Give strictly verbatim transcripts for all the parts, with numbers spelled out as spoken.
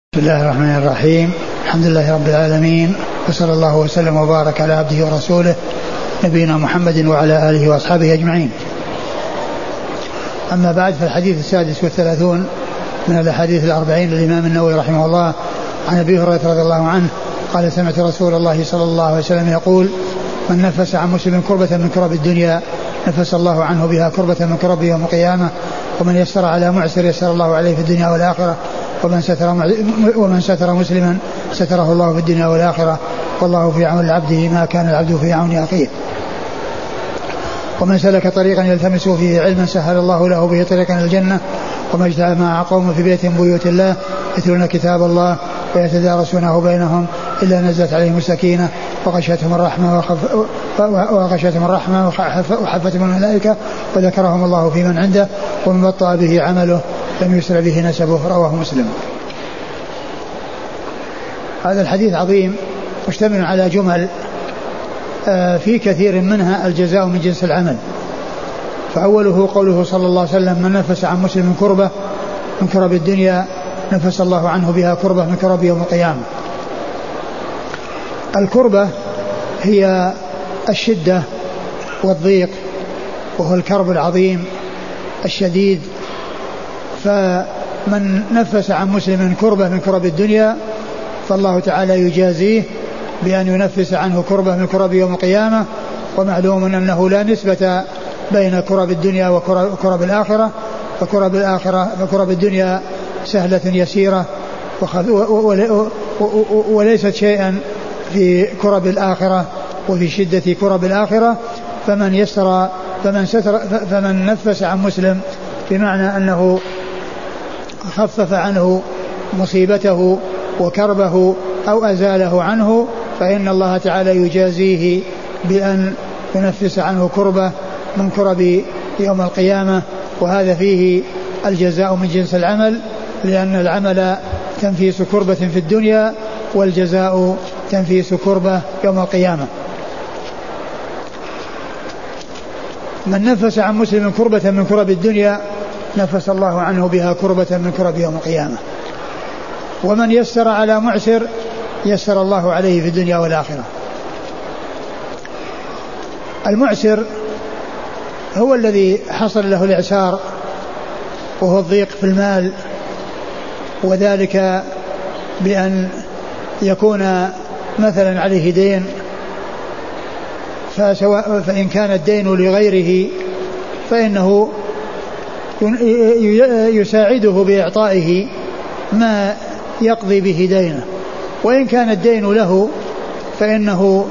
بسم الله الرحمن الرحيم. الحمد لله رب العالمين، وصلى الله وسلم وبارك على عبده ورسوله نبينا محمد وعلى آله وأصحابه أجمعين. أما بعد، فالحديث السادس والثلاثون من الأحاديث الأربعين للإمام النووي رحمه الله عن أبي هريرة رضي الله عنه قال: سمعت رسول الله صلى الله عليه وسلم يقول: من نفس عن مسلم كربة من كرب الدنيا نفس الله عنه بها كربة من كرب يوم القيامة، ومن يسر على معسر يسر الله عليه في الدنيا والآخرة، ومن ستر, ومن ستر مسلما ستره الله في الدنيا والآخرة، والله في عون العبد ما كان العبد في عون أخيه. ومن سلك طريقا يلتمس فيه علما سهل الله له به طريقا إلى الجنة. وما اجتمع قوم في بيت من بيوت الله يتلون كتاب الله ويتدارسونه بينهم إلا نزلت عليهم السكينة وغشيتهم الرحمة وغشيتهم الرحمة وحفتهم الملائكة وذكرهم الله في من عنده، ومن بطأ به عمله لم يسرع به نسبه. رواه مسلم. هذا الحديث عظيم مشتمل على جمل في كثير منها الجزاء من جنس العمل. فأوله قوله صلى الله عليه وسلم: من نفس عن مسلم كربة من كرب الدنيا نفس الله عنه بها كربة من كرب يوم القيامة. الكربة هي الشدة والضيق، وهو الكرب العظيم الشديد. فمن نفس عن مسلم كربة من كرب الدنيا فالله تعالى يجازيه بأن ينفس عنه كربة من كرب يوم القيامة. ومعلوم أنه لا نسبة بين كرب الدنيا وكرب الآخرة، فكرب الآخرة فكرب الدنيا سهلة يسيرة وليست شيئا في كرب الآخرة وفي شدة كرب الآخرة. فمن يسر فمن ستر فمن نفس عن مسلم بمعنى أنه خفف عنه مصيبته وكربه أو أزاله عنه، فإن الله تعالى يجازيه بأن ينفس عنه كربة من كرب يوم القيامة. وهذا فيه الجزاء من جنس العمل، لأن العمل تنفيس كربة في الدنيا، والجزاء تنفيس كربة يوم القيامة. من نفس عن مسلم كربة من كرب الدنيا نفس الله عنه بها كربة من كرب يوم القيامة. ومن يسر على معسر يسر الله عليه في الدنيا والآخرة. المعسر هو الذي حصل له الإعسار، وهو الضيق في المال، وذلك بأن يكون مثلا عليه دين، فسواء فإن كان الدين لغيره فإنه يساعده بإعطائه ما يقضي به دينه، وإن كان الدين له فإنه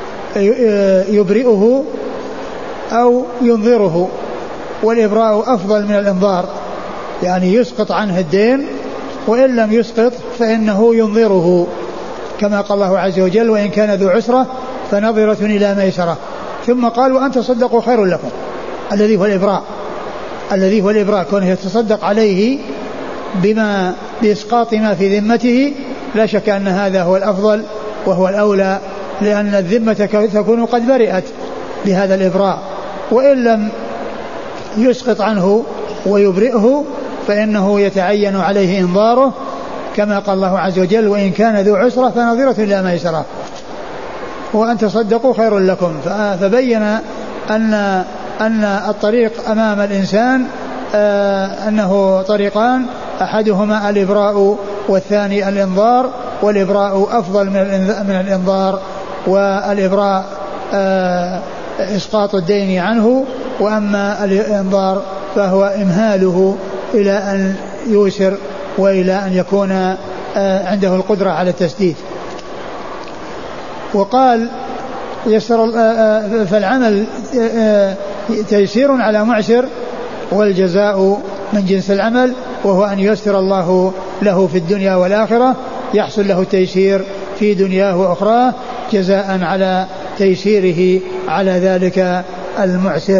يبرئه أو ينظره، والإبراء أفضل من الإنظار، يعني يسقط عنه الدين، وإن لم يسقط فإنه ينظره، كما قال الله عز وجل: وإن كان ذو عسرة فنظرة إلى ميسرة. ثم قال: وأن تصدقوا خير لكم، الذي هو الإبراء الذي هو الإبراء كونه يتصدق عليه بما بإسقاط ما في ذمته. لا شك أن هذا هو الأفضل وهو الأولى، لأن الذمة تكون قد برئت بهذا الإبراء، وإن لم يسقط عنه ويبرئه فإنه يتعين عليه إنظاره، كما قال الله عز وجل: وإن كان ذو عسرة فنظرة إلى ميسرة وأن تصدقوا خير لكم. فبين أن أن الطريق أمام الإنسان آه أنه طريقان، أحدهما الإبراء والثاني الإنظار، والإبراء أفضل من الإنظار، والإبراء آه إسقاط الدين عنه، وأما الإنظار فهو إمهاله إلى أن يوسر وإلى أن يكون آه عنده القدرة على التسديد. وقال: يسر آه فالعمل آه تيسير على معسر، والجزاء من جنس العمل، وهو أن ييسر الله له في الدنيا والآخرة، يحصل له التيسير في دنياه وأخراه جزاء على تيسيره على ذلك المعسر.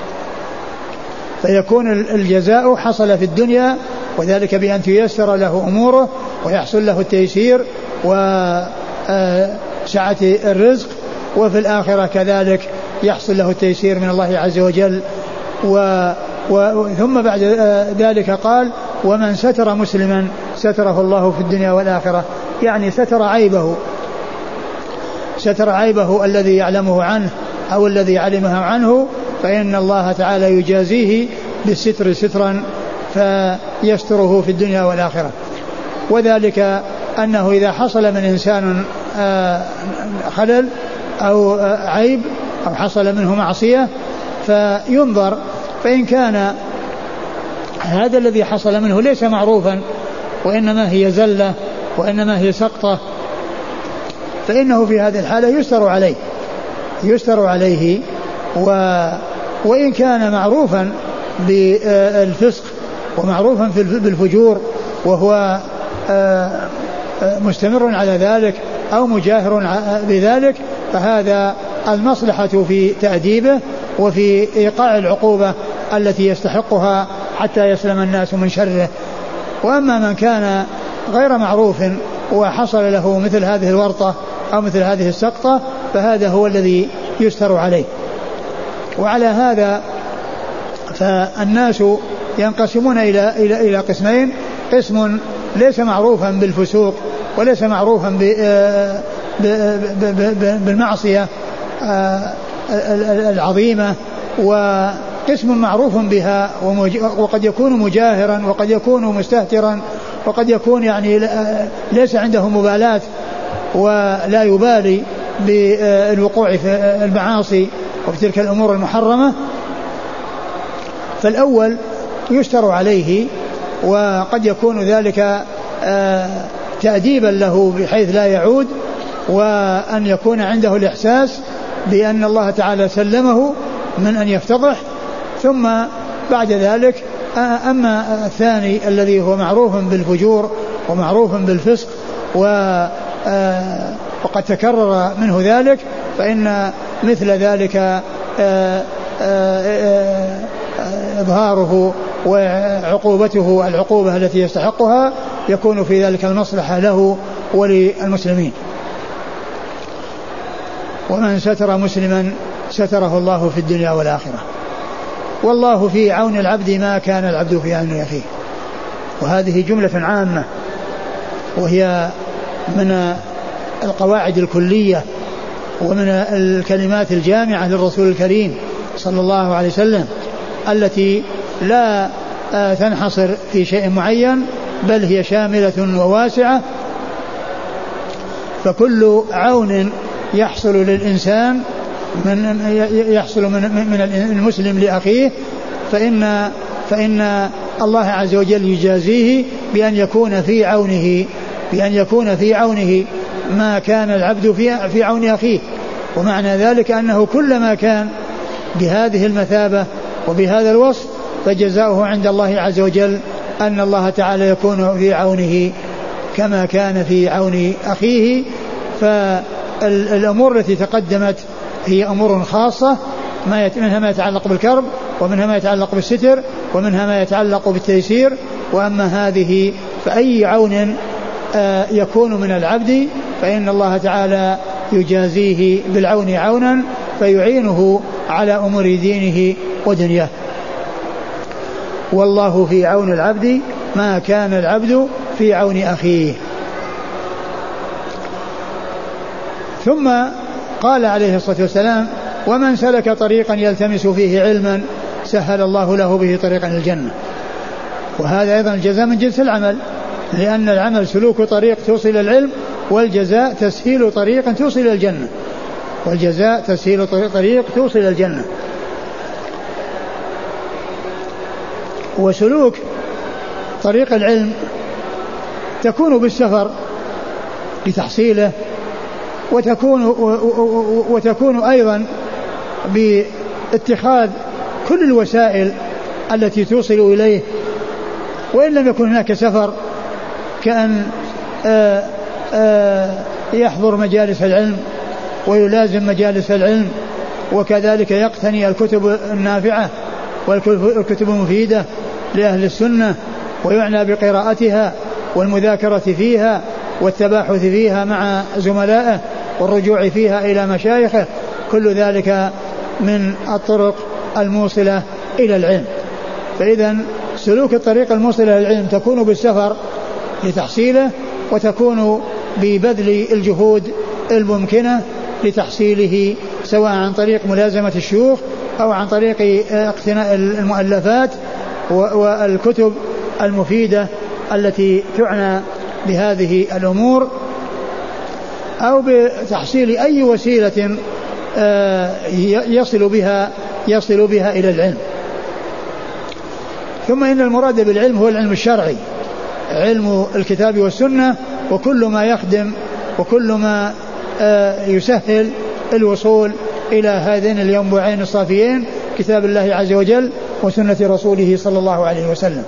فيكون الجزاء حصل في الدنيا، وذلك بأن تيسر له أموره ويحصل له التيسير وسعة الرزق، وفي الآخرة كذلك يحصل له التيسير من الله عز وجل. و ثم بعد ذلك قال: ومن ستر مسلما ستره الله في الدنيا والآخرة، يعني ستر عيبه ستر عيبه الذي يعلمه عنه أو الذي علمه عنه، فإن الله تعالى يجازيه بالستر سترا فيستره في الدنيا والآخرة. وذلك أنه إذا حصل من إنسان خلل أو عيب أو حصل منه معصية فينظر، فإن كان هذا الذي حصل منه ليس معروفا وإنما هي زلة وإنما هي سقطة، فإنه في هذه الحالة يستر عليه يستر عليه و وإن كان معروفا بالفسق ومعروفا بالفجور وهو مستمر على ذلك أو مجاهر بذلك، فهذا المصلحة في تأديبه وفي إيقاع العقوبة التي يستحقها حتى يسلم الناس من شره. وأما من كان غير معروف وحصل له مثل هذه الورطة أو مثل هذه السقطة فهذا هو الذي يستر عليه. وعلى هذا فالناس ينقسمون إلى إلى إلى قسمين: قسم ليس معروفا بالفسوق وليس معروفا بالمعصية العظيمة، وقسم معروف بها وقد يكون مجاهرا وقد يكون مستهترا وقد يكون يعني ليس عنده مبالاة ولا يبالي بالوقوع في المعاصي وفي تلك الأمور المحرمة. فالأول يستر عليه وقد يكون ذلك تأديبا له بحيث لا يعود، وأن يكون عنده الإحساس بأن الله تعالى سلمه من أن يفتضح. ثم بعد ذلك أما الثاني الذي هو معروف بالفجور ومعروف بالفسق وقد تكرر منه ذلك، فإن مثل ذلك إظهاره وعقوبته العقوبة التي يستحقها يكون في ذلك المصلحة له وللمسلمين. ومن ستر مسلما ستره الله في الدنيا والآخرة، والله في عون العبد ما كان العبد في عون أخيه. وهذه جملة عامة وهي من القواعد الكلية ومن الكلمات الجامعة للرسول الكريم صلى الله عليه وسلم التي لا تنحصر في شيء معين بل هي شاملة وواسعة. فكل عون يحصل للإنسان من يحصل من من المسلم لأخيه فإن فإن الله عز وجل يجازيه بأن يكون في عونه بأن يكون في عونه ما كان العبد في في عون أخيه. ومعنى ذلك أنه كلما كان بهذه المثابة وبهذا الوصف فجزاؤه عند الله عز وجل أن الله تعالى يكون في عونه كما كان في عون أخيه. فالأمور التي تقدمت هي أمور خاصة، منها ما يتعلق بالكرب ومنها ما يتعلق بالستر ومنها ما يتعلق بالتيسير. وأما هذه فأي عون يكون من العبد فإن الله تعالى يجازيه بالعون عونا فيعينه على أمور دينه ودنياه. والله في عون العبد ما كان العبد في عون أخيه. ثم قال عليه الصلاة والسلام: ومن سلك طريقا يلتمس فيه علما سهل الله له به طريقا الجنة. وهذا أيضا الجزاء من جنس العمل، لأن العمل سلوك طريق توصل العلم، والجزاء تسهيل طريق توصل الجنة والجزاء تسهيل طريق توصل الجنة. وسلوك طريق العلم تكون بالسفر لتحصيله، وتكون وتكون أيضا باتخاذ كل الوسائل التي توصل إليه، وإن لم يكن هناك سفر، كأن آآ آآ يحضر مجالس العلم ويلازم مجالس العلم، وكذلك يقتني الكتب النافعة والكتب المفيدة لأهل السنة ويعنى بقراءتها والمذاكرة فيها والتباحث فيها مع زملائه والرجوع فيها إلى مشايخه. كل ذلك من الطرق الموصلة إلى العلم. فإذا سلوك الطريق الموصلة إلى العلم تكون بالسفر لتحصيله، وتكون ببذل الجهود الممكنة لتحصيله، سواء عن طريق ملازمة الشيوخ أو عن طريق اقتناء المؤلفات والكتب المفيدة التي تعنى بهذه الأمور، أو بتحصيل أي وسيلة يصل بها يصل بها إلى العلم. ثم إن المراد بالعلم هو العلم الشرعي، علم الكتاب والسنة، وكل ما يخدم وكل ما يسهل الوصول إلى هذين الينبوعين الصافيين، كتاب الله عز وجل وسنة رسوله صلى الله عليه وسلم.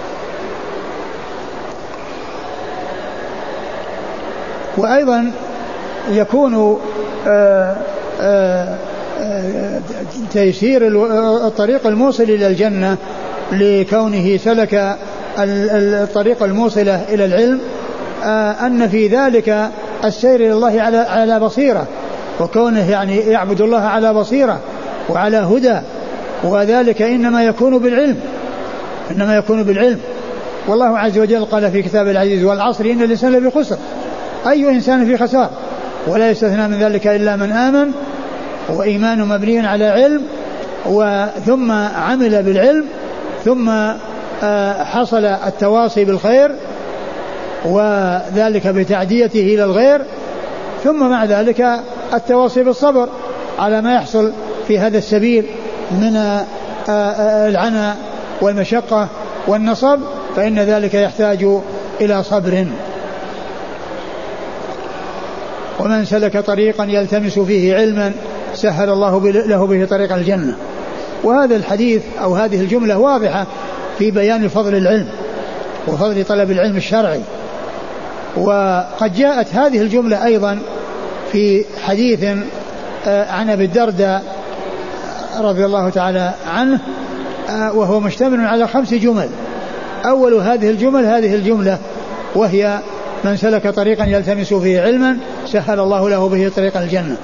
وأيضا يكون آآ آآ تيسير الطريق الموصل إلى الجنة لكونه سلك الطريق الموصلة إلى العلم، أن في ذلك السير إلى الله على على بصيرة، وكونه يعني يعبد الله على بصيرة وعلى هدى، وذلك إنما يكون بالعلم إنما يكون بالعلم. والله عز وجل قال في كتاب العزيز: والعصر إن الإنسان لفي خسر، أي إنسان في خسار، ولا يستثنى من ذلك إلا من آمن، وإيمان مبني على علم، وثم عمل بالعلم، ثم حصل التواصي بالخير، وذلك بتعديته إلى الغير، ثم مع ذلك التواصي بالصبر على ما يحصل في هذا السبيل من العناء والمشقة والنصب، فإن ذلك يحتاج إلى صبر. ومن سلك طريقا يلتمس فيه علما سهل الله له به طريق الجنة. وهذا الحديث أو هذه الجملة واضحة في بيان فضل العلم وفضل طلب العلم الشرعي. وقد جاءت هذه الجملة أيضا في حديث عن أبي الدرداء رضي الله تعالى عنه، وهو مشتمل على خمس جمل. أول هذه الجمل هذه الجملة، وهي: من سلك طريقا يلتمس فيه علما سهل الله له به طريق الجنة.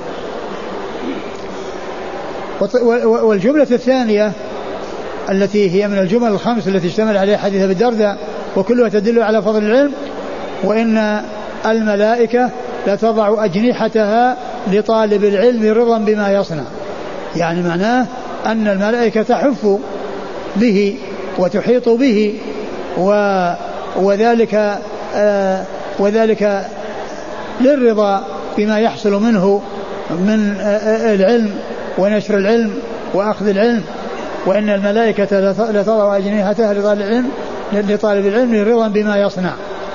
والجملة الثانية التي هي من الجمل الخمس التي اشتمل عليها حديث أبي الدرداء وكلها تدل على فضل العلم: وإن الملائكة لتضع أجنحتها لطالب العلم رضا بما يصنع. يعني معناه أن الملائكة تحف به وتحيط به، وذلك آه وذلك للرضا بما يحصل منه من آه العلم ونشر العلم وأخذ العلم. وإن الملائكة لتضع أجنحتها لطالب العلم لطالب العلم رضا بما يصنع.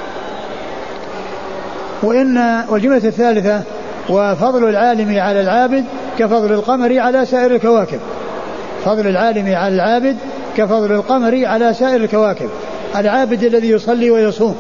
وإن والجملة الثالثة: وفضل العالم على العابد كفضل القمر على سائر الكواكب. فضل العالم على العابد كفضل القمر على سائر الكواكب. العابد الذي يصلي ويصوم،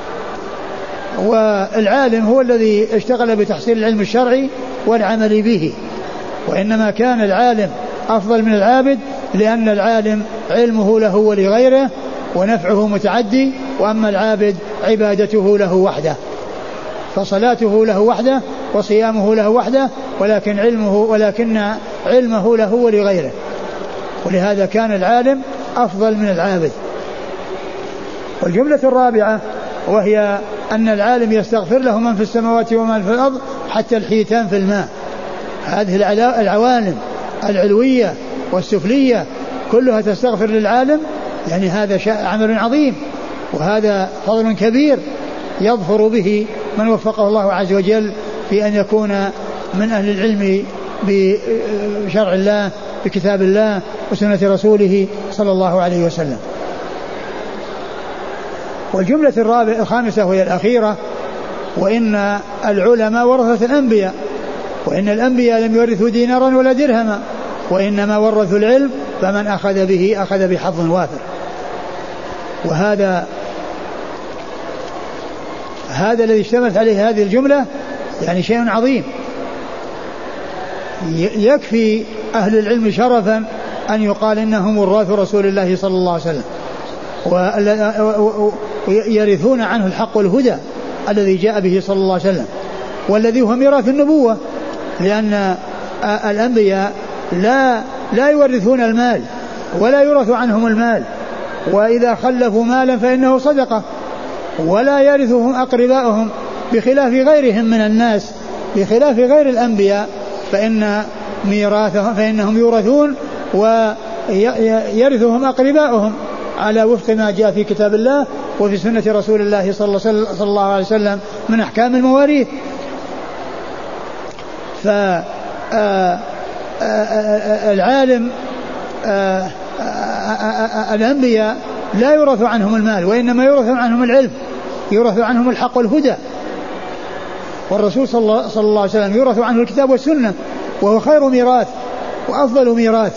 والعالم هو الذي اشتغل بتحصيل العلم الشرعي والعمل به. وإنما كان العالم أفضل من العابد لأن العالم علمه له ولغيره ونفعه متعدي، وأما العابد عبادته له وحده، فصلاته له وحده وصيامه له وحده، ولكن علمه ولكن علمه له ولغيره. ولهذا كان العالم أفضل من العابد. والجملة الرابعة وهي أن العالم يستغفر له من في السماوات ومن في الأرض حتى الحيتان في الماء. هذه العوالم العلوية والسفلية كلها تستغفر للعالم، يعني هذا عمل عظيم، وهذا فضل كبير يظفر به من وفقه الله عز وجل في أن يكون من أهل العلم بشرع الله بكتاب الله وسنة رسوله صلى الله عليه وسلم. والجملة الرابعة الخامسة وهي الأخيرة: وإن العلماء ورثة الأنبياء، وإن الأنبياء لم يورثوا دينارا ولا درهما، وإنما ورثوا العلم، فمن أخذ به أخذ بحظ وافر. وهذا هذا الذي اشتملت عليه هذه الجملة يعني شيء عظيم. يكفي أهل العلم شرفا أن يقال إنهم وراث رسول الله صلى الله عليه وسلم، ويرثون عنه الحق والهدى الذي جاء به صلى الله عليه وسلم، والذي هو ميراث النبوة، لأن الأنبياء لا لا يورثون المال ولا يورث عنهم المال، وإذا خلفوا مالا فإنه صدقة، ولا يرثهم أقرباؤهم بخلاف غيرهم من الناس، بخلاف غير الأنبياء فإن ميراثهم فإنهم يورثون ويرثهم أقرباؤهم على وفق ما جاء في كتاب الله وفي سنة رسول الله صلى الله عليه وسلم من أحكام المواريث. فالعالم الأنبياء لا يورث عنهم المال وإنما يورث عنهم العلم، يورث عنهم الحق والهدى. والرسول صلى الله عليه وسلم يورث عنه الكتاب والسنة وهو خير ميراث وأفضل ميراث.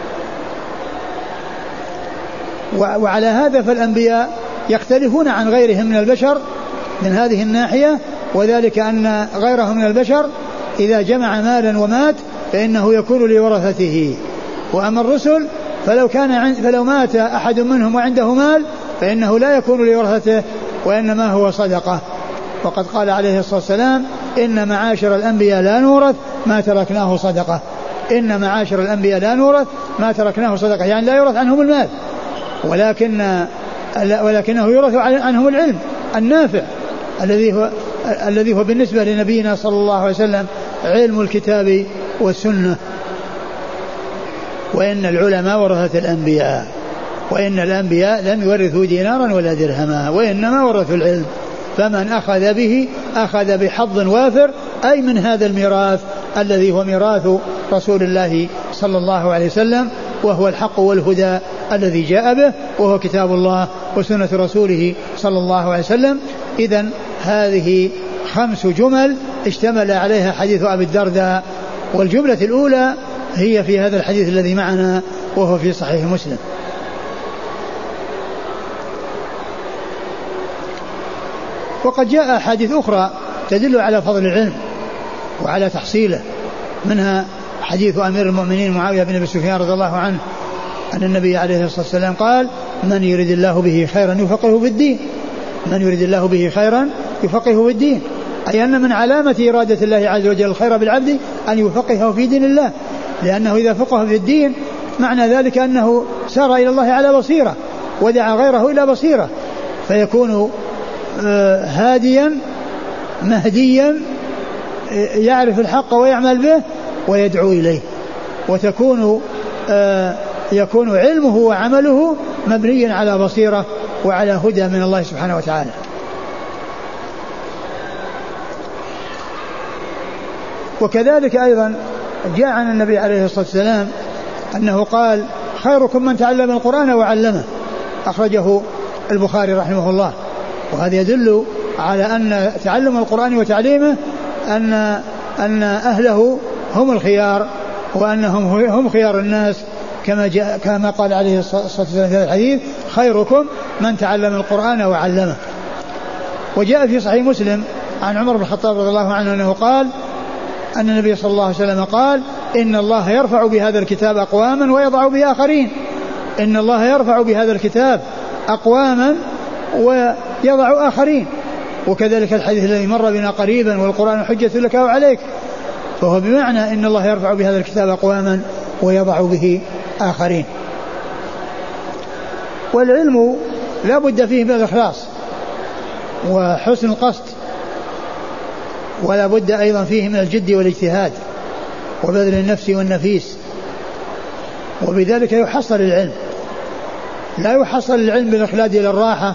وعلى هذا فالأنبياء يختلفون عن غيرهم من البشر من هذه الناحية، وذلك أن غيرهم من البشر إذا جمع مالا ومات فإنه يكون لورثته، وأما الرسل فلو كان عند فلو مات أحد منهم وعنده مال فإنه لا يكون لورثته وإنما هو صدقة. وقد قال عليه الصلاة والسلام إن معاشر الأنبياء لا نورث ما تركناه صدقة، إن معاشر الأنبياء لا نورث ما تركناه صدقة، يعني لا يورث عنهم المال ولكن ولكنه يورث عنهم العلم النافع الذي هو الذي هو بالنسبة لنبينا صلى الله عليه وسلم علم الكتاب والسنة. وإن العلماء ورثة الأنبياء، وإن الأنبياء لم يورثوا دينارا ولا درهما وإنما ورثوا العلم، فمن أخذ به أخذ بحظ وافر أي من هذا الميراث الذي هو ميراث رسول الله صلى الله عليه وسلم، وهو الحق والهدى الذي جاء به، وهو كتاب الله وسنة رسوله صلى الله عليه وسلم. إذن هذه خمس جمل اشتمل عليها حديث أبي الدرداء، والجملة الأولى هي في هذا الحديث الذي معنا وهو في صحيح مسلم. وقد جاء أحاديث أخرى تدل على فضل العلم وعلى تحصيله، منها حديث أمير المؤمنين معاوية بن أبي سفيان رضي الله عنه أن النبي عليه الصلاة والسلام قال من يريد الله به خيرا يفقهه في الدين، من يريد الله به خيرا يفقهه في الدين، أي أن من علامة إرادة الله عز وجل الخير بالعبد أن يفقهه في دين الله، لأنه إذا فقه في الدين معنى ذلك أنه سار إلى الله على بصيرة ودعا غيره إلى بصيرة، فيكون هاديا مهديا يعرف الحق ويعمل به ويدعو إليه، وتكون يكون علمه وعمله مبنيا على بصيرة وعلى هدى من الله سبحانه وتعالى. وكذلك أيضا جاء عن النبي عليه الصلاة والسلام أنه قال خيركم من تعلم القرآن وعلمه، أخرجه البخاري رحمه الله. وهذا يدل على أن تعلم القرآن وتعليمه أن أن أهله هم الخيار، وأنهم هم خيار الناس، كما جاء كما قال عليه الصلاة والسلام في هذا الحديث خيركم من تعلم القرآن وعلمه. وجاء في صحيح مسلم عن عمر بن الخطاب رضي الله عنه أنه قال أن النبي صلى الله عليه وسلم قال إن الله يرفع بهذا الكتاب أقواما ويضع به آخرين، إن الله يرفع بهذا الكتاب أقواما ويضع آخرين. وكذلك الحديث الذي مر بنا قريبا والقرآن حجة لك وعليك، فهو بمعنى إن الله يرفع بهذا الكتاب أقواما ويضع به آخرين. والعلم لا بد فيه من الإخلاص وحسن القصد، ولا بد أيضا فيه من الجد والاجتهاد وبذل النفس والنفيس، وبذلك يحصل العلم. لا يحصل العلم بالإخلاد إلى الراحة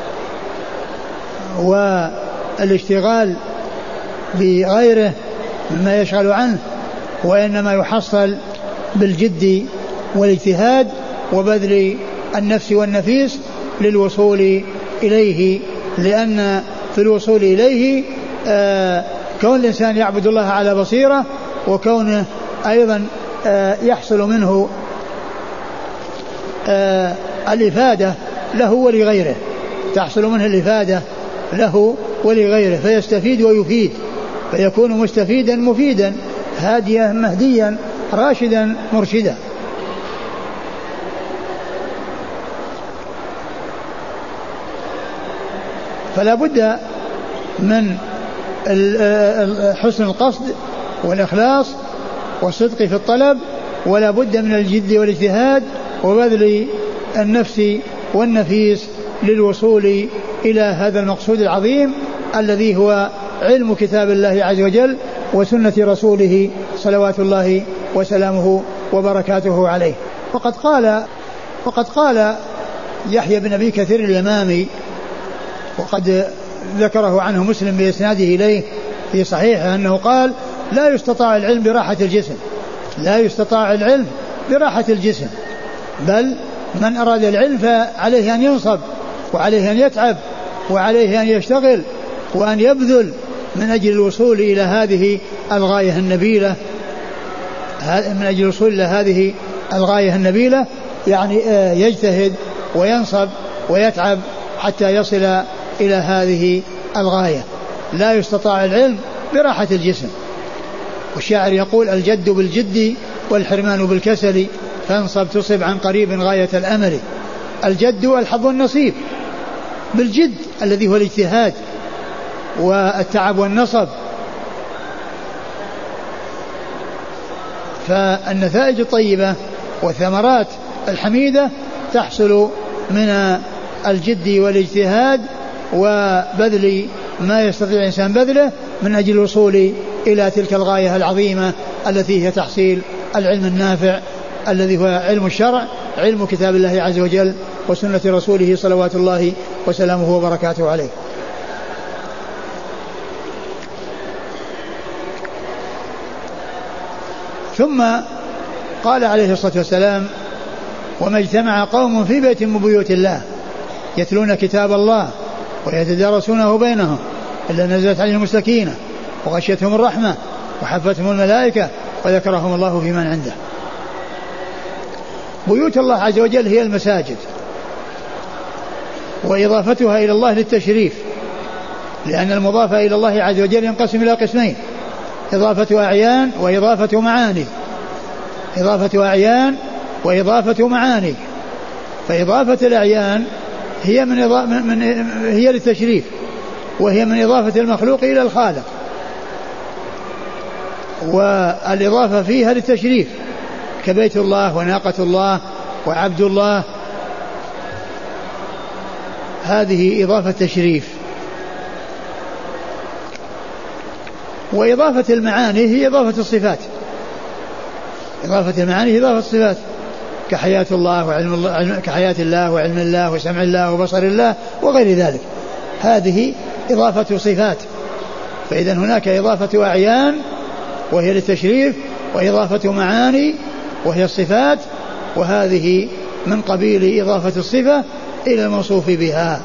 والاشتغال بغيره مما يشغل عنه، وإنما يحصل بالجد والاجتهاد وبذل النفس والنفيس للوصول إليه، لأن في الوصول إليه آه كون الإنسان يعبد الله على بصيرة، وكونه أيضا آه يحصل منه آه الإفادة له ولغيره، تحصل منه الإفادة له ولغيره، فيستفيد ويفيد، فيكون مستفيدا مفيدا، هاديا مهديا، راشدا مرشدا. فلا بد من حسن القصد والإخلاص والصدق في الطلب، ولا بد من الجد والاجتهاد وبذل النفس والنفيس للوصول إلى هذا المقصود العظيم الذي هو علم كتاب الله عز وجل وسنة رسوله صلوات الله وسلامه وبركاته عليه. وقد قال وقد قال يحيى بن أبي كثير اليمامي، وقد ذكره عنه مسلم بإسناده إليه في صحيحه، أنه قال: لا يستطاع العلم براحة الجسم، لا يستطاع العلم براحة الجسم، بل من أراد العلم فعليه أن ينصب، وعليه أن يتعب، وعليه أن يشتغل، وأن يبذل من أجل الوصول إلى هذه الغاية النبيلة، من أجل الوصول إلى هذه الغاية النبيلة، يعني يجتهد وينصب ويتعب حتى يصل إلى هذه الغاية. لا يستطاع العلم براحة الجسم. والشاعر يقول: الجد بالجد والحرمان بالكسل، فانصب تصب عن قريب غاية الأمل. الجد الحظ والنصيب، بالجد الذي هو الاجتهاد والتعب والنصب. فالنتائج الطيبة والثمرات الحميدة تحصل من الجد والاجتهاد وبذل ما يستطيع الإنسان بذله من أجل الوصول إلى تلك الغاية العظيمة التي هي تحصيل العلم النافع الذي هو علم الشرع، علم كتاب الله عز وجل وسنة رسوله صلوات الله وسلامه وبركاته عليه. ثم قال عليه الصلاة والسلام: وما اجتمع قوم في بيت من بيوت الله يتلون كتاب الله ويتدارسونه بينهم إلا نزلت عليهم السكينة وغشيتهم الرحمة وحفتهم الملائكة وذكرهم الله في من عنده. بيوت الله عز وجل هي المساجد، وإضافتها إلى الله للتشريف، لأن المضاف إلى الله عز وجل ينقسم إلى قسمين: إضافة أعيان وإضافة معاني. إضافة أعيان وإضافة معاني. فإضافة الأعيان هي من, من هي للتشريف، وهي من إضافة المخلوق إلى الخالق، والإضافة فيها للتشريف كبيت الله وناقة الله وعبد الله، هذه إضافة تشريف. وإضافة المعاني هي إضافة الصفات. إضافة المعاني هي إضافة الصفات كحياة الله وعلم الله، كحياة الله وعلم الله وسمع الله وبصر الله وغير ذلك، هذه إضافة صفات. فإذا هناك إضافة أعيان وهي للتشريف، وإضافة معاني وهي الصفات، وهذه من قبيل إضافة الصفة إلى الموصوف بها.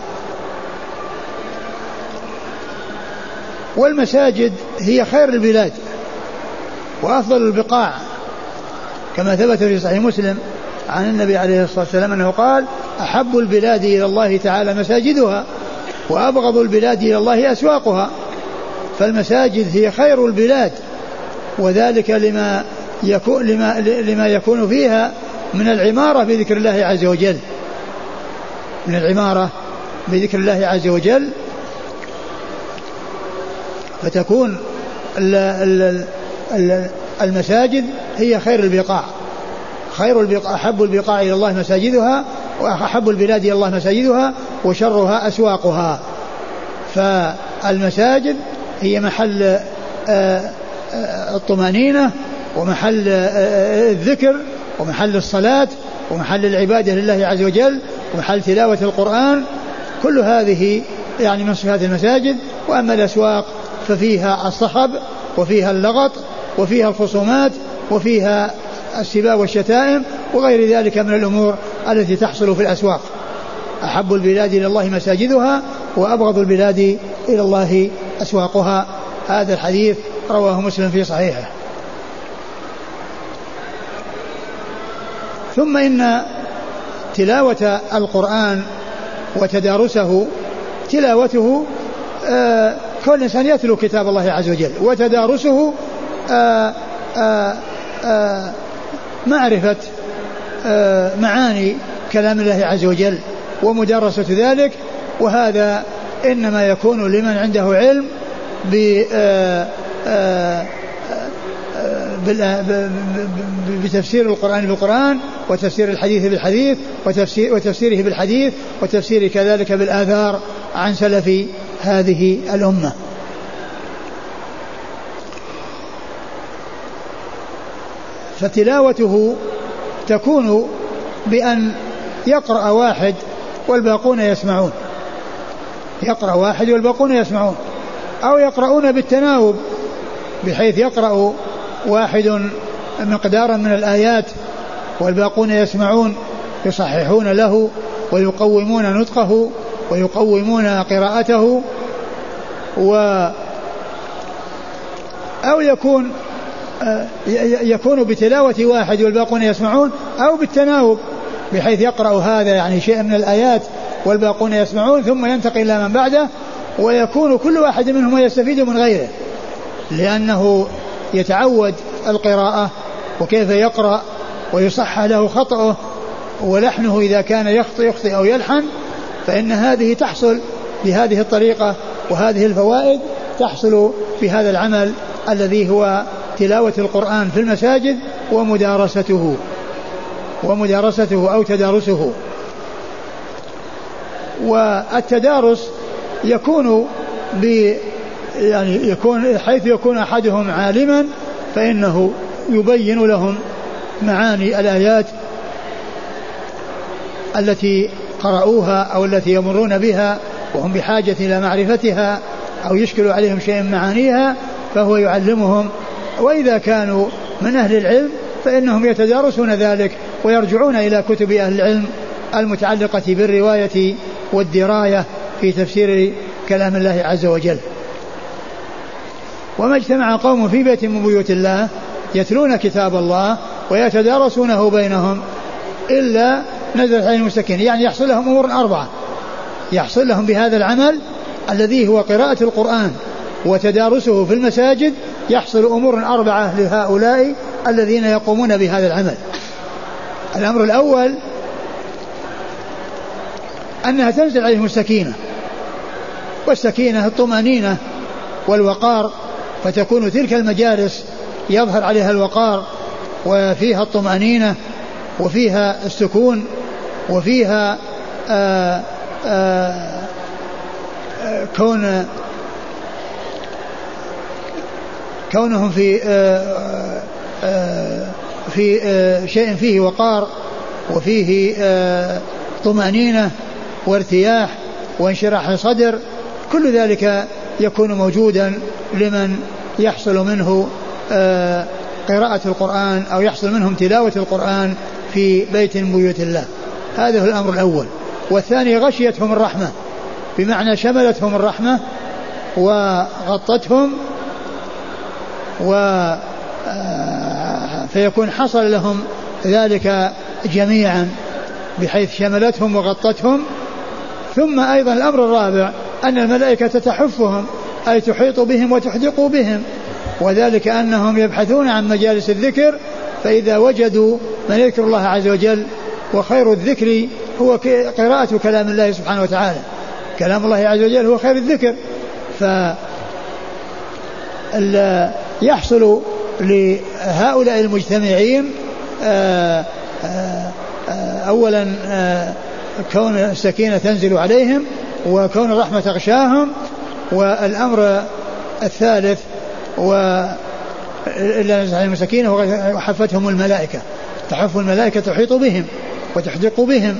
والمساجد هي خير البلاد وأفضل البقاع، كما ثبت في صحيح مسلم عن النبي عليه الصلاة والسلام أنه قال: أحب البلاد إلى الله تعالى مساجدها، وأبغض البلاد إلى الله أسواقها. فالمساجد هي خير البلاد، وذلك لما يكون, لما, لما يكون فيها من العمارة بذكر الله عز وجل، من العمارة بذكر الله عز وجل، فتكون المساجد هي خير البقاع. خير البقاع أحب البقاع إلى الله مساجدها، وأحب البلاد إلى الله مساجدها، وشرها أسواقها. فالمساجد هي محل الطمأنينة ومحل الذكر ومحل الصلاة ومحل العبادة لله عز وجل ومحل تلاوة القرآن، كل هذه يعني من صفات المساجد. وأما الأسواق ففيها الصخب وفيها اللغط وفيها الخصومات وفيها السباب والشتائم وغير ذلك من الأمور التي تحصل في الأسواق. أحب البلاد إلى الله مساجدها، وأبغض البلاد إلى الله أسواقها. هذا الحديث رواه مسلم في صحيحه. ثم إن تلاوة القرآن وتدارسه، تلاوته آه كل إنسان يتلو كتاب الله عز وجل، وتدارسه آه آه آه معرفة آه معاني كلام الله عز وجل ومدارسة ذلك. وهذا إنما يكون لمن عنده علم بتفسير القرآن بالقرآن، وتفسير الحديث بالحديث، وتفسير وتفسيره بالحديث، وتفسير كذلك بالآثار عن سلف هذه الأمة. فتلاوته تكون بأن يقرأ واحد والباقون يسمعون، يقرأ واحد والباقون يسمعون، أو يقرؤون بالتناوب بحيث يقرأ واحد مقدارا من الآيات والباقون يسمعون يصححون له ويقومون نطقه ويقومون قراءته، و أو يكون يكون بتلاوة واحد والباقون يسمعون، أو بالتناوب بحيث يقرأ هذا يعني شيء من الآيات والباقون يسمعون ثم ينتقل إلى من بعده، ويكون كل واحد منهم يستفيد من غيره لأنه يتعود القراءة وكيف يقرأ ويصحح له خطأه ولحنه إذا كان يخطئ يخطئ أو يلحن، فإن هذه تحصل بهذه الطريقة، وهذه الفوائد تحصل في هذا العمل الذي هو تلاوة القرآن في المساجد ومدارسته ومدارسته أو تدارسه. والتدارس يكون ب يعني يكون حيث يكون أحدهم عالما فإنه يبين لهم معاني الآيات التي قرأوها أو التي يمرون بها وهم بحاجة إلى معرفتها أو يشكل عليهم شيء من معانيها فهو يعلمهم. وإذا كانوا من أهل العلم فإنهم يتدارسون ذلك ويرجعون إلى كتب أهل العلم المتعلقة بالرواية والدراية في تفسير كلام الله عز وجل. وما اجتمع قوم في بيت من بيوت الله يتلون كتاب الله ويتدارسونه بينهم إلا نزلت عليهم السكينة، يعني يحصل لهم أمور أربعة، يحصل لهم بهذا العمل الذي هو قراءة القرآن وتدارسه في المساجد، يحصل أمور أربعة لهؤلاء الذين يقومون بهذا العمل. الأمر الأول أنها تنزل عليهم السكينة، والسكينة الطمأنينة والوقار، فتكون تلك المجالس يظهر عليها الوقار وفيها الطمأنينة وفيها السكون وفيها آآ آآ كون كونهم في آآ آآ في آآ شيء فيه وقار وفيه طمأنينة وارتياح وانشراح صدر، كل ذلك يكون موجودا لمن يحصل منه قراءة القرآن أو يحصل منهم تلاوة القرآن في بيت من بيوت الله. هذا هو الأمر الأول. والثاني غشيتهم الرحمة، بمعنى شملتهم الرحمة وغطتهم، و فيكون حصل لهم ذلك جميعا بحيث شملتهم وغطتهم. ثم أيضا الأمر الرابع أن الملائكة تحفهم أي تحيط بهم وتحدق بهم، وذلك أنهم يبحثون عن مجالس الذكر، فإذا وجدوا من يذكر الله عز وجل، وخير الذكر هو قراءة كلام الله سبحانه وتعالى، كلام الله عز وجل هو خير الذكر، فيحصل لهؤلاء المجتمعين أولا كون السكينة تنزل عليهم وكون الرحمة تغشاهم. والأمر الثالث وإلا نزل عليهم السكينة وحفتهم الملائكة، تحف الملائكة تحيط بهم وتحدق بهم.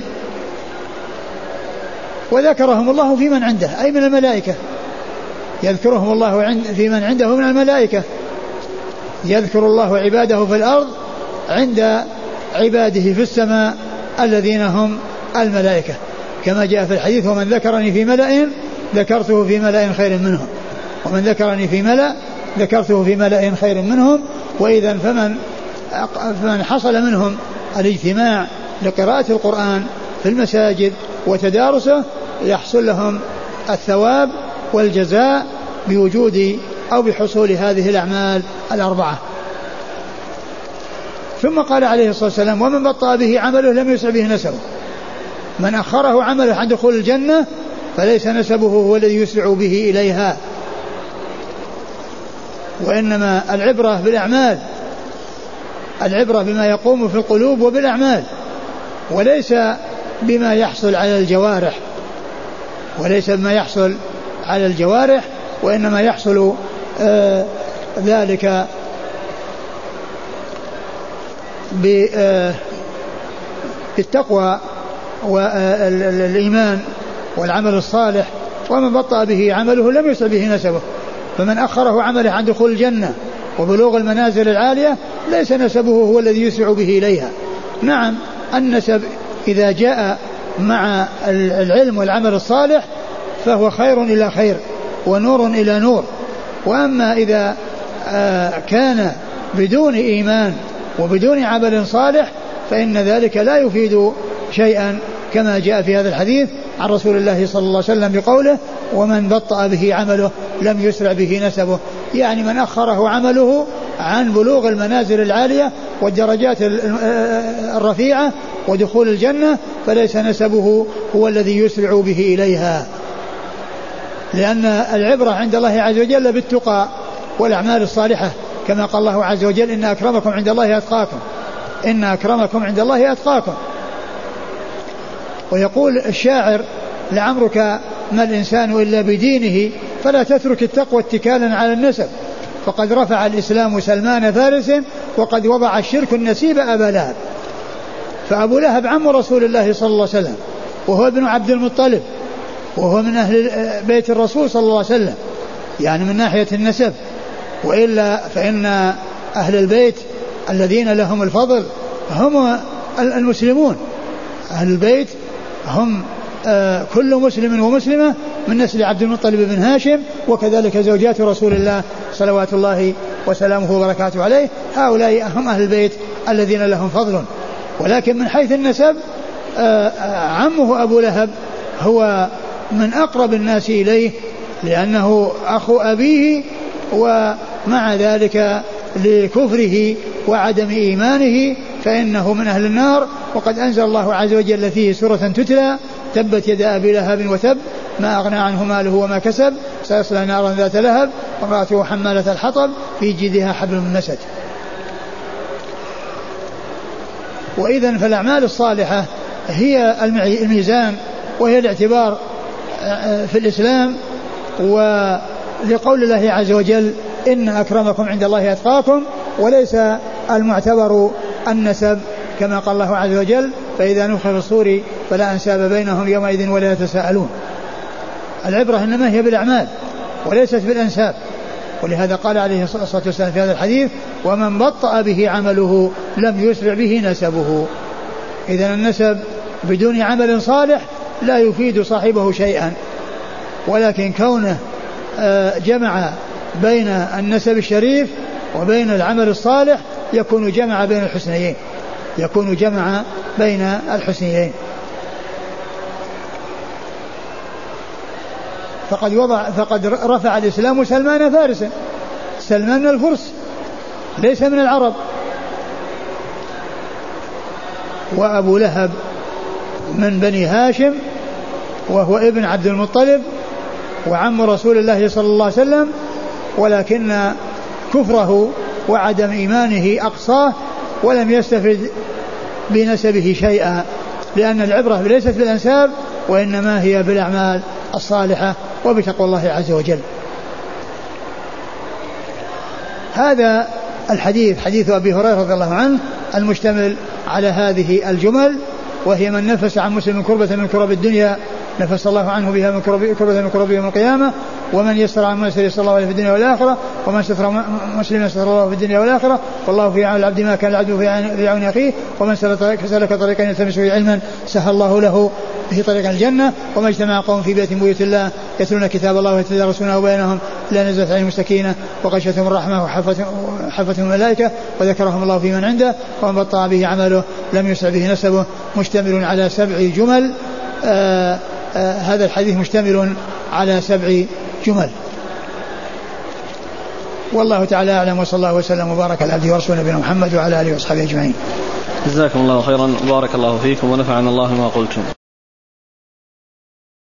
وذكرهم الله في من عنده أي من الملائكة، يذكرهم الله في من عنده من الملائكة، يذكر الله عباده في الأرض عند عباده في السماء الذين هم الملائكة، كما جاء في الحديث: ومن ذكرني في ملأ ذكرته في ملأ خير منهم، ومن ذكرني في ملأ ذكرته في ملأ خير منهم. وإذا فمن فمن حصل منهم الاجتماع لقراءة القرآن في المساجد وتدارسه يحصل لهم الثواب والجزاء بوجود أو بحصول هذه الأعمال الأربعة. ثم قال عليه الصلاة والسلام: ومن بطأ به عمله لم يسع به نسبه. من أخره عمله عن دخول الجنة فليس نسبه هو الذي يسرع به إليها، وإنما العبرة بالأعمال، العبرة بما يقوم في القلوب وبالأعمال، وليس بما يحصل على الجوارح. وليس بما يحصل على الجوارح، وإنما يحصل آه ذلك بالتقوى والإيمان والعمل الصالح. ومن بطأ به عمله لم يسع به نسبه، فمن أخره عمله عن دخول الجنة وبلوغ المنازل العالية ليس نسبه هو الذي يسرع به إليها. نعم النسب إذا جاء مع العلم والعمل الصالح فهو خير إلى خير ونور إلى نور. وأما إذا كان بدون إيمان وبدون عمل صالح فإن ذلك لا يفيد شيئا، كما جاء في هذا الحديث عن رسول الله صلى الله عليه وسلم بقوله ومن بطأ به عمله لم يسرع به نسبه، يعني من أخره عمله عن بلوغ المنازل العالية والدرجات الرفيعة ودخول الجنة فليس نسبه هو الذي يسرع به إليها، لأن العبرة عند الله عز وجل بالتقى والأعمال الصالحة، كما قال الله عز وجل إن أكرمكم عند الله أتقاكم، إن أكرمكم عند الله أتقاكم. ويقول الشاعر لعمرك ما الإنسان إلا بدينه فلا تترك التقوى اتكالا على النسب، فقد رفع الإسلام سلمان فارس وقد وضع الشرك النسيب أبا لهب. فأبو لهب عم رسول الله صلى الله عليه وسلم وهو ابن عبد المطلب وهو من أهل بيت الرسول صلى الله عليه وسلم، يعني من ناحية النسب. وإلا فإن أهل البيت الذين لهم الفضل هم المسلمون، أهل البيت هم آه كل مسلم ومسلمة من نسل عبد المطلب بن هاشم، وكذلك زوجات رسول الله صلوات الله وسلامه وبركاته عليه، هؤلاء هم أهل البيت الذين لهم فضل. ولكن من حيث النسب آه عمه أبو لهب هو من أقرب الناس إليه لأنه أخو أبيه، ومع ذلك لكفره وعدم إيمانه فإنه من أهل النار. وقد أنزل الله عز وجل فيه سورة تتلى تبت يد أبي لهب وتب ما أغنى عنه ماله وما كسب سيصلى نارا ذات لهب وامرأته حمالة الحطب في جيدها حبل من مسد. وإذن فالأعمال الصالحة هي الميزان وهي الاعتبار في الإسلام. ولقول الله عز وجل إن أكرمكم عند الله أتقاكم، وليس المعتبر النسب كما قال الله عز وجل فإذا نفخ في الصور فلا أنساب بينهم يومئذ ولا يتساءلون. العبرة إنما هي بالأعمال وليست بالأنساب، ولهذا قال عليه الصلاة والسلام في هذا الحديث ومن بطأ به عمله لم يسرع به نسبه. إذن النسب بدون عمل صالح لا يفيد صاحبه شيئا، ولكن كونه جمع بين النسب الشريف وبين العمل الصالح يكون جمع بين الحسنيين، يكون جمع بين الحسنيين. فقد وضع فقد رفع الإسلام سلمان فارسا، سلمان من الفرس ليس من العرب. وأبو لهب من بني هاشم وهو ابن عبد المطلب وعم رسول الله صلى الله عليه وسلم، ولكن كفره وعدم إيمانه أقصاه ولم يستفد بنسبه شيئا، لأن العبرة ليست بالأنساب وإنما هي بالأعمال الصالحة وبتقوى الله عز وجل. هذا الحديث حديث أبي هريرة رضي الله عنه المشتمل على هذه الجمل، وهي من نفس عن مسلم كربة من كرب الدنيا نفس الله عنه بها من كربة من كرب يوم القيامة، ومن يسر عن مسلم يسر الله عليه في الدنيا والآخرة، ومن ستر مسلم يسر الله في الدنيا والآخرة، والله في عون العبد ما كان العبد في عون أخيه، ومن سلك طريقا يلتمس فيه علما سهل الله له به طريق الجنة. وما اجتمع قوم في بيت من بيوت الله يتلون كتاب الله ويتدارسونه بينهم لا نزلت عليهم السكينة وغشيتهم الرحمة وحفتهم الملائكة وذكرهم الله في من عنده. ومن بطأ به عمله لم يسع به نسبه. مشتمل على سبع جمل. آآ آآ هذا الحديث مشتمل على سبع جمل. والله تعالى أعلم، وصلى الله وسلم وبارك على عبده ورسوله نبينا محمد وعلى آله وأصحابه أجمعين. جزاكم الله خيرا وبارك الله فيكم ونفعنا الله ما قلتم.